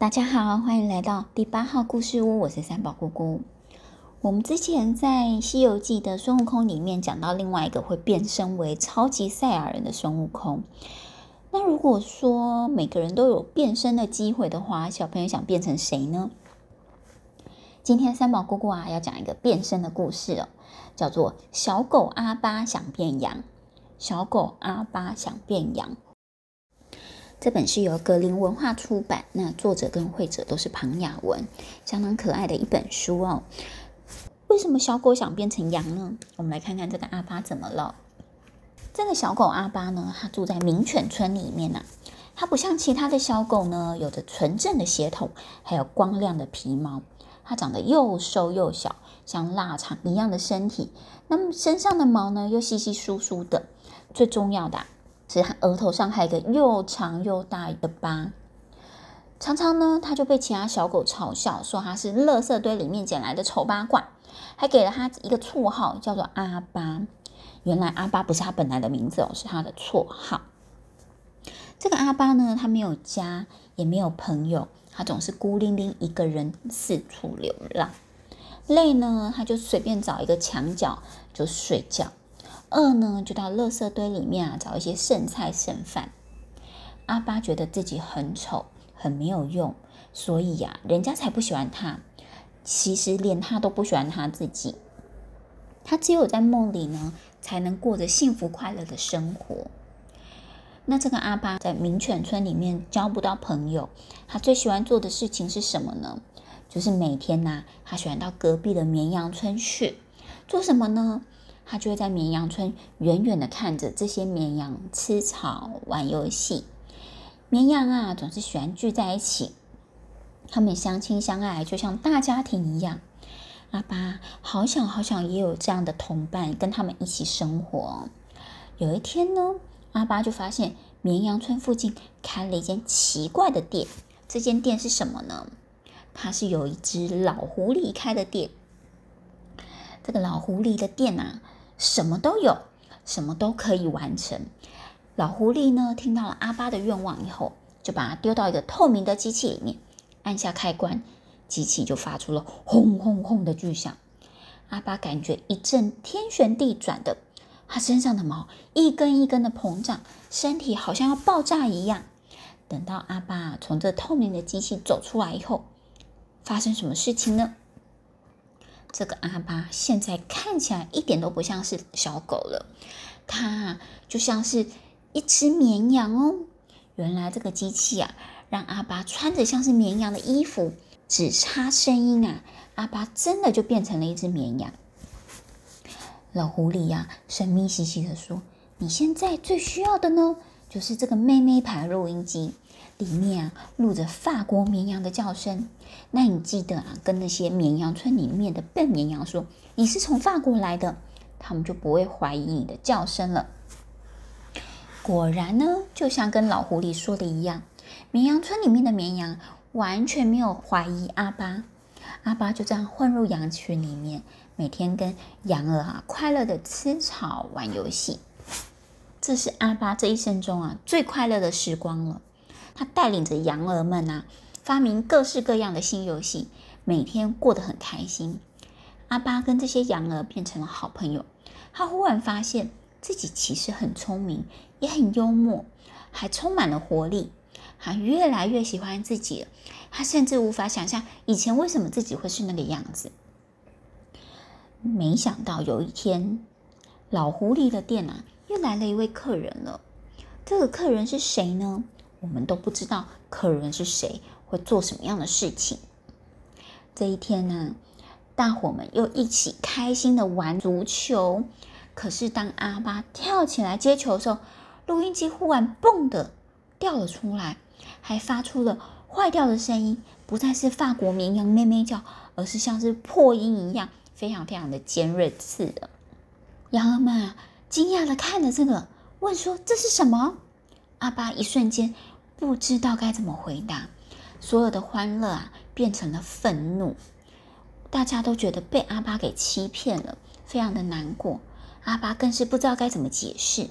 大家好，欢迎来到第8号故事屋，我是三宝姑姑。我们之前在《西游记》的孙悟空里面讲到另外一个会变身为超级赛亚人的孙悟空。那如果说每个人都有变身的机会的话，小朋友想变成谁呢？今天三宝姑姑要讲一个变身的故事哦，叫做小狗阿巴想变羊。小狗阿巴想变羊。这本是由格林文化出版，那作者跟绘者都是庞雅文，相当可爱的一本书哦。为什么小狗想变成羊呢？我们来看看这个阿巴怎么了。这个小狗阿巴呢，它住在名犬村里面啊。它不像其他的小狗呢，有着纯正的血统，还有光亮的皮毛。它长得又瘦又小，像腊肠一样的身体。那么身上的毛呢，又稀稀疏疏的。最重要的是它额头上还有一个又长又大的疤。常常呢，它就被其他小狗嘲笑，说它是垃圾堆里面捡来的丑八怪，还给了它一个绰号，叫做阿巴。原来阿巴不是它本来的名字哦，是它的绰号。这个阿巴呢，他没有家，也没有朋友，他总是孤零零一个人四处流浪。累呢，他就随便找一个墙角就睡觉。饿呢，就到垃圾堆里面找一些剩菜剩饭。阿巴觉得自己很丑，很没有用，所以人家才不喜欢他。其实连他都不喜欢他自己。他只有在梦里呢，才能过着幸福快乐的生活。那这个阿巴在名犬村里面交不到朋友，他最喜欢做的事情是什么呢？就是每天他喜欢到隔壁的绵羊村去。做什么呢？他就会在绵羊村远远的看着这些绵羊吃草玩游戏。绵羊总是喜欢聚在一起，他们相亲相爱，就像大家庭一样。阿巴好想也有这样的同伴跟他们一起生活。有一天呢，阿巴就发现绵羊村附近开了一间奇怪的店。这间店是什么呢？它是有一只老狐狸开的店。这个老狐狸的店什么都有，什么都可以完成。老狐狸呢，听到了阿巴的愿望以后，就把它丢到一个透明的机器里面，按下开关，机器就发出了轰轰轰的巨响。阿巴感觉一阵天旋地转的，他身上的毛一根一根的膨胀，身体好像要爆炸一样。等到阿巴从这透明的机器走出来以后，发生什么事情呢？这个阿巴现在看起来一点都不像是小狗了，它就像是一只绵羊哦。原来这个机器让阿巴穿着像是绵羊的衣服，只差声音阿巴真的就变成了一只绵羊。老狐狸神秘兮兮的说：“你现在最需要的呢，就是这个妹妹牌录音机，里面录着法国绵羊的叫声。那你记得跟那些绵羊村里面的笨绵羊说你是从法国来的，他们就不会怀疑你的叫声了。”果然呢，就像跟老狐狸说的一样，绵羊村里面的绵羊完全没有怀疑阿巴。阿巴就这样混入羊群里面，每天跟羊儿快乐的吃草玩游戏。这是阿巴这一生中最快乐的时光了。他带领着羊儿们发明各式各样的新游戏，每天过得很开心。阿巴跟这些羊儿变成了好朋友。他忽然发现自己其实很聪明，也很幽默，还充满了活力。他越来越喜欢自己了。他甚至无法想象以前为什么自己会是那个样子。没想到有一天，老狐狸的店又来了一位客人了。这个客人是谁呢？我们都不知道客人是谁，会做什么样的事情。这一天大伙们又一起开心的玩足球。可是当阿巴跳起来接球的时候，录音机忽然蹦的掉了出来，还发出了坏掉的声音，不再是法国绵羊咩咩叫，而是像是破音一样，非常非常的尖锐刺耳。羊儿们惊讶的看着这个，问说这是什么？阿巴一瞬间不知道该怎么回答，所有的欢乐变成了愤怒。大家都觉得被阿巴给欺骗了，非常的难过。阿巴更是不知道该怎么解释。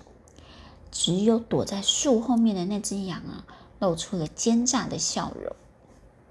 只有躲在树后面的那只羊露出了奸诈的笑容。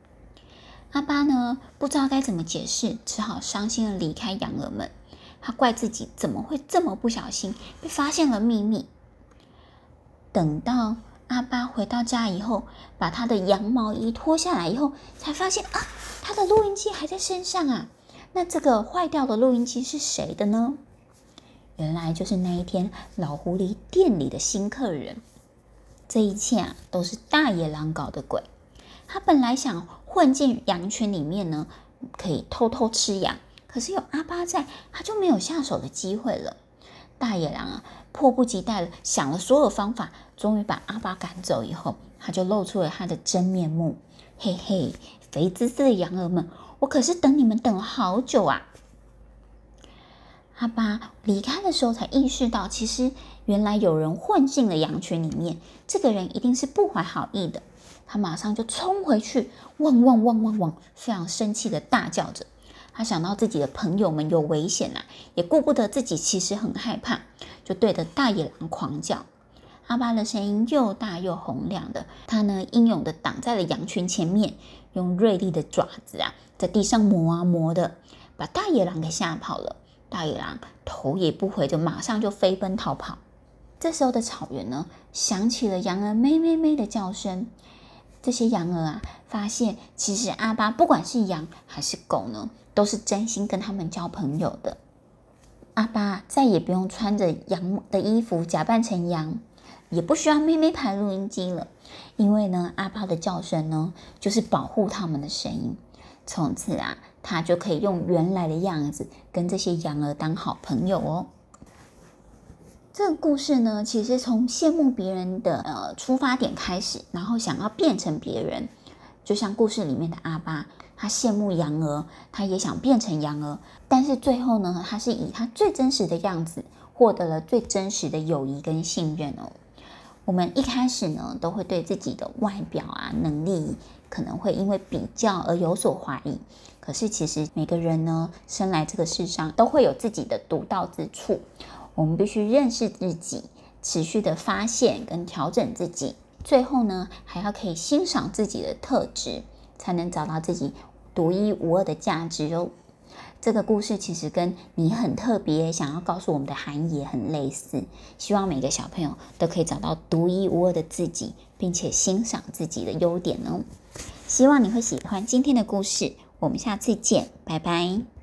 阿巴呢，不知道该怎么解释，只好伤心的离开羊儿们。他怪自己怎么会这么不小心被发现了秘密。等到阿巴回到家以后，把他的羊毛衣脱下来以后，才发现啊，他的录音机还在身上啊。那这个坏掉的录音机是谁的呢？原来就是那一天老狐狸店里的新客人。这一切啊，都是大野狼搞的鬼。他本来想混进羊群里面呢，可以偷偷吃羊，可是有阿巴在，他就没有下手的机会了。大野狼啊，迫不及待的想了所有方法，终于把阿巴赶走以后，他就露出了他的真面目。嘿嘿，肥滋滋的羊儿们，我可是等你们等了好久啊！阿巴离开的时候才意识到，其实原来有人混进了羊群里面，这个人一定是不怀好意的。他马上就冲回去，汪汪汪汪汪，非常生气的大叫着。他想到自己的朋友们有危险啊，也顾不得自己其实很害怕，就对着大野狼狂叫。阿巴的声音又大又洪亮的，他呢英勇的挡在了羊群前面，用锐利的爪子啊，在地上磨啊磨的，把大野狼给吓跑了。大野狼头也不回，就马上就飞奔逃跑。这时候的草原呢，响起了羊儿咩咩咩的叫声。这些羊儿啊，发现其实阿巴不管是羊还是狗呢，都是真心跟他们交朋友的。阿巴再也不用穿着羊的衣服假扮成羊，也不需要咩咩牌录音机了，因为呢，阿巴的叫声呢，就是保护他们的声音。从此啊，他就可以用原来的样子跟这些羊儿当好朋友哦。这个故事呢，其实从羡慕别人的出发点开始，然后想要变成别人，就像故事里面的阿巴，他羡慕羊儿，他也想变成羊儿，但是最后呢，他是以他最真实的样子获得了最真实的友谊跟信任哦。我们一开始呢，都会对自己的外表啊、能力，可能会因为比较而有所怀疑。可是其实每个人呢，生来这个世上都会有自己的独到之处。我们必须认识自己，持续的发现跟调整自己，最后呢，还要可以欣赏自己的特质，才能找到自己独一无二的价值哦。这个故事其实跟你很特别想要告诉我们的含义也很类似，希望每个小朋友都可以找到独一无二的自己，并且欣赏自己的优点哦。希望你会喜欢今天的故事，我们下次见，拜拜。